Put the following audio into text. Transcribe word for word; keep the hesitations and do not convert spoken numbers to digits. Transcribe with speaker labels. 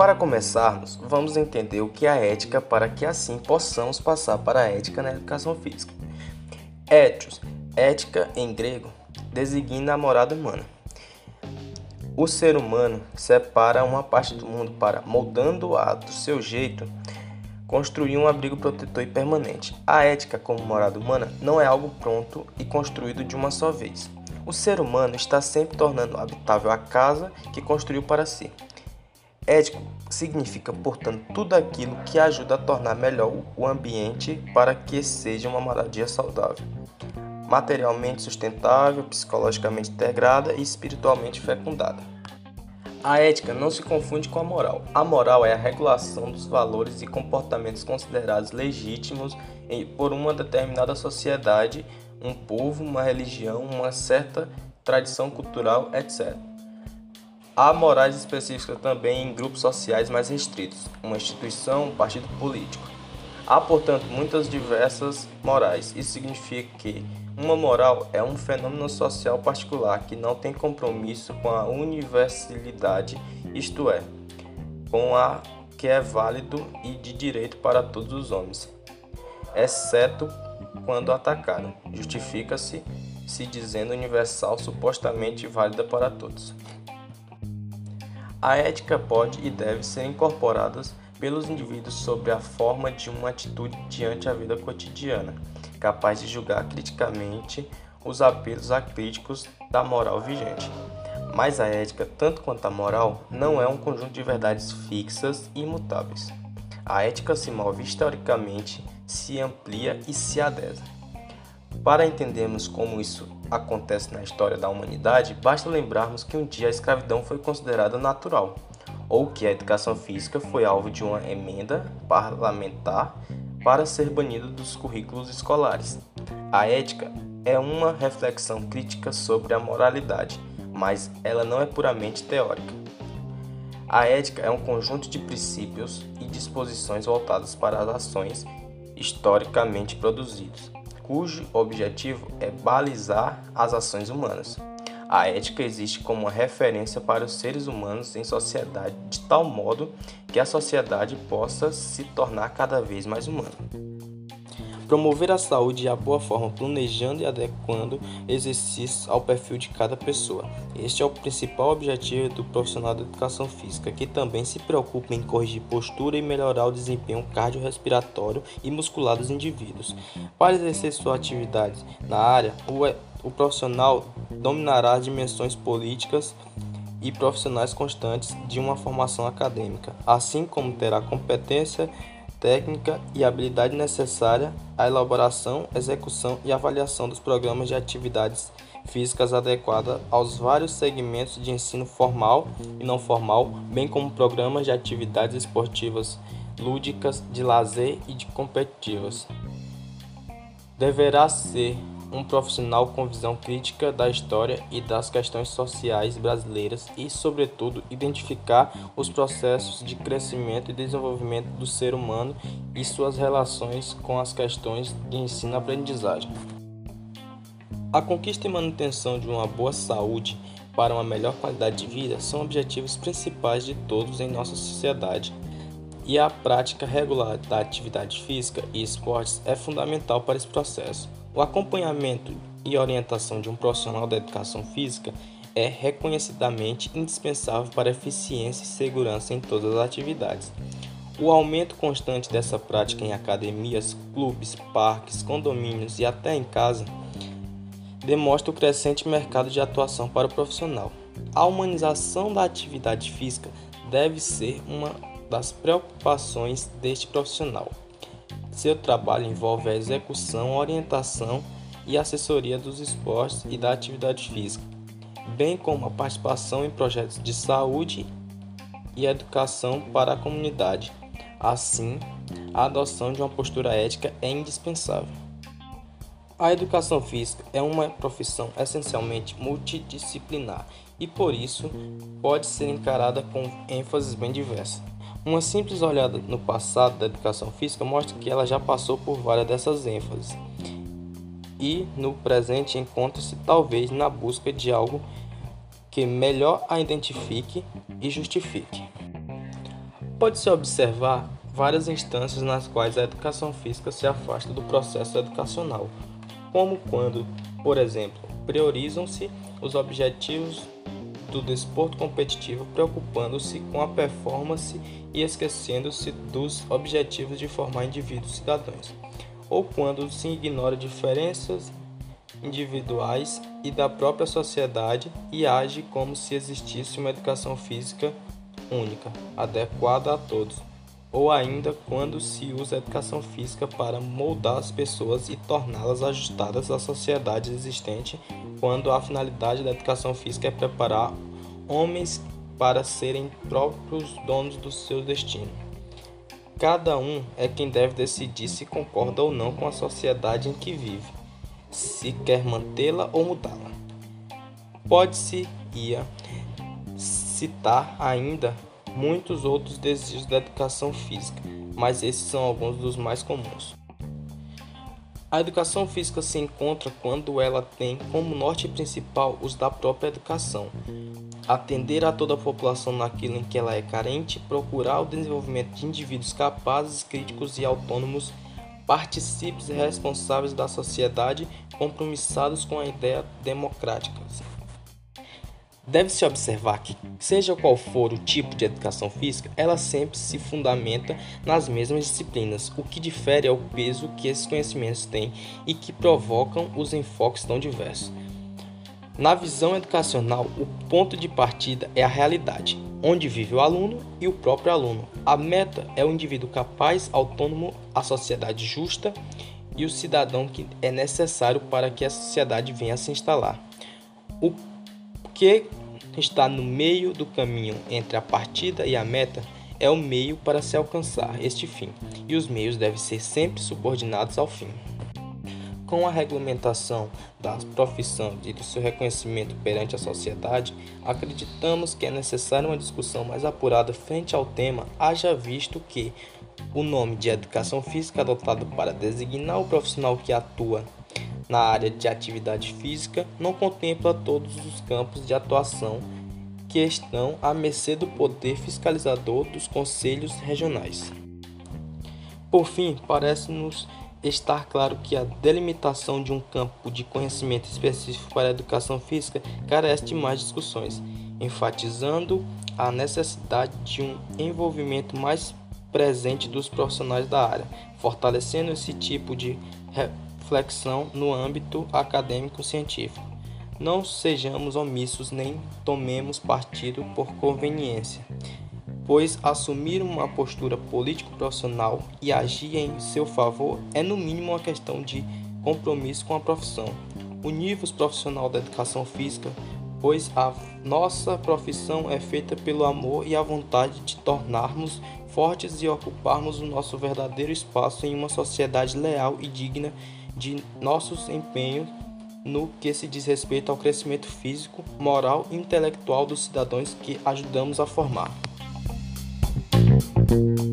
Speaker 1: Para começarmos, vamos entender o que é a ética para que assim possamos passar para a ética na educação física. Ethos, ética em grego, designa a morada humana. O ser humano separa uma parte do mundo para, moldando-a do seu jeito, construir um abrigo protetor e permanente. A ética como morada humana não é algo pronto e construído de uma só vez. O ser humano está sempre tornando habitável a casa que construiu para si. Ético significa, portanto, tudo aquilo que ajuda a tornar melhor o ambiente para que seja uma moradia saudável, materialmente sustentável, psicologicamente integrada e espiritualmente fecundada. A ética não se confunde com a moral. A moral é a regulação dos valores e comportamentos considerados legítimos por uma determinada sociedade, um povo, uma religião, uma certa tradição cultural, etcétera. Há morais específicas também em grupos sociais mais restritos, uma instituição, um partido político. Há, portanto, muitas diversas morais. Isso significa que uma moral é um fenômeno social particular que não tem compromisso com a universalidade, isto é, com a que é válido e de direito para todos os homens, exceto quando atacado. Justifica-se se dizendo universal, supostamente válida para todos. A ética pode e deve ser incorporada pelos indivíduos sob a forma de uma atitude diante a vida cotidiana, capaz de julgar criticamente os apelos acríticos da moral vigente. Mas a ética, tanto quanto a moral, não é um conjunto de verdades fixas e imutáveis. A ética se move historicamente, se amplia e se adesa. Para entendermos como isso acontece na história da humanidade, basta lembrarmos que um dia a escravidão foi considerada natural, ou que a educação física foi alvo de uma emenda parlamentar para ser banida dos currículos escolares. A ética é uma reflexão crítica sobre a moralidade, mas ela não é puramente teórica. A ética é um conjunto de princípios e disposições voltadas para as ações historicamente produzidas, cujo objetivo é balizar as ações humanas. A ética existe como uma referência para os seres humanos em sociedade, de tal modo que a sociedade possa se tornar cada vez mais humana. Promover a saúde e a boa forma, planejando e adequando exercícios ao perfil de cada pessoa. Este é o principal objetivo do profissional da educação física, que também se preocupa em corrigir postura e melhorar o desempenho cardiorrespiratório e muscular dos indivíduos. Para exercer sua atividade na área, o, o profissional dominará as dimensões políticas e profissionais constantes de uma formação acadêmica, assim como terá competência técnica e habilidade necessária à elaboração, execução e avaliação dos programas de atividades físicas adequadas aos vários segmentos de ensino formal e não formal, bem como programas de atividades esportivas, lúdicas, de lazer e de competitivas. Deverá ser um profissional com visão crítica da história e das questões sociais brasileiras e, sobretudo, identificar os processos de crescimento e desenvolvimento do ser humano e suas relações com as questões de ensino-aprendizagem. A conquista e manutenção de uma boa saúde para uma melhor qualidade de vida são objetivos principais de todos em nossa sociedade, e a prática regular da atividade física e esportes é fundamental para esse processo. O acompanhamento e orientação de um profissional da educação física é reconhecidamente indispensável para eficiência e segurança em todas as atividades. O aumento constante dessa prática em academias, clubes, parques, condomínios e até em casa demonstra o crescente mercado de atuação para o profissional. A humanização da atividade física deve ser uma das preocupações deste profissional. Seu trabalho envolve a execução, orientação e assessoria dos esportes e da atividade física, bem como a participação em projetos de saúde e educação para a comunidade. Assim, a adoção de uma postura ética é indispensável. A educação física é uma profissão essencialmente multidisciplinar e, por isso, pode ser encarada com ênfases bem diversas. Uma simples olhada no passado da educação física mostra que ela já passou por várias dessas ênfases e, no presente, encontra-se talvez na busca de algo que melhor a identifique e justifique. Pode-se observar várias instâncias nas quais a educação física se afasta do processo educacional, como quando, por exemplo, priorizam-se os objetivos do desporto competitivo, preocupando-se com a performance e esquecendo-se dos objetivos de formar indivíduos cidadãos, ou quando se ignora diferenças individuais e da própria sociedade e age como se existisse uma educação física única, adequada a todos, ou ainda quando se usa a educação física para moldar as pessoas e torná-las ajustadas à sociedade existente, quando a finalidade da educação física é preparar homens para serem próprios donos do seu destino. Cada um é quem deve decidir se concorda ou não com a sociedade em que vive, se quer mantê-la ou mudá-la. Pode-se ia citar ainda muitos outros desejos da educação física, mas esses são alguns dos mais comuns. A educação física se encontra quando ela tem como norte principal os da própria educação, atender a toda a população naquilo em que ela é carente, procurar o desenvolvimento de indivíduos capazes, críticos e autônomos, partícipes e responsáveis da sociedade, compromissados com a ideia democrática. Deve-se observar que, seja qual for o tipo de educação física, ela sempre se fundamenta nas mesmas disciplinas. O que difere é o peso que esses conhecimentos têm e que provocam os enfoques tão diversos. Na visão educacional, o ponto de partida é a realidade, onde vive o aluno e o próprio aluno. A meta é o indivíduo capaz, autônomo, a sociedade justa e o cidadão que é necessário para que a sociedade venha a se instalar. O que está no meio do caminho entre a partida e a meta é o meio para se alcançar este fim, e os meios devem ser sempre subordinados ao fim. Com a regulamentação da profissão e do seu reconhecimento perante a sociedade, acreditamos que é necessária uma discussão mais apurada frente ao tema, haja visto que o nome de educação física adotado para designar o profissional que atua na área de atividade física não contempla todos os campos de atuação que estão à mercê do poder fiscalizador dos conselhos regionais. Por fim, parece-nos estar claro que a delimitação de um campo de conhecimento específico para a educação física carece de mais discussões, enfatizando a necessidade de um envolvimento mais presente dos profissionais da área, fortalecendo esse tipo de reflexão no âmbito acadêmico-científico. Não sejamos omissos nem tomemos partido por conveniência, pois assumir uma postura político-profissional e agir em seu favor é no mínimo uma questão de compromisso com a profissão. Univos profissional da educação física, pois a nossa profissão é feita pelo amor e a vontade de tornarmos fortes e ocuparmos o nosso verdadeiro espaço em uma sociedade leal e digna de nossos empenhos no que se diz respeito ao crescimento físico, moral e intelectual dos cidadãos que ajudamos a formar.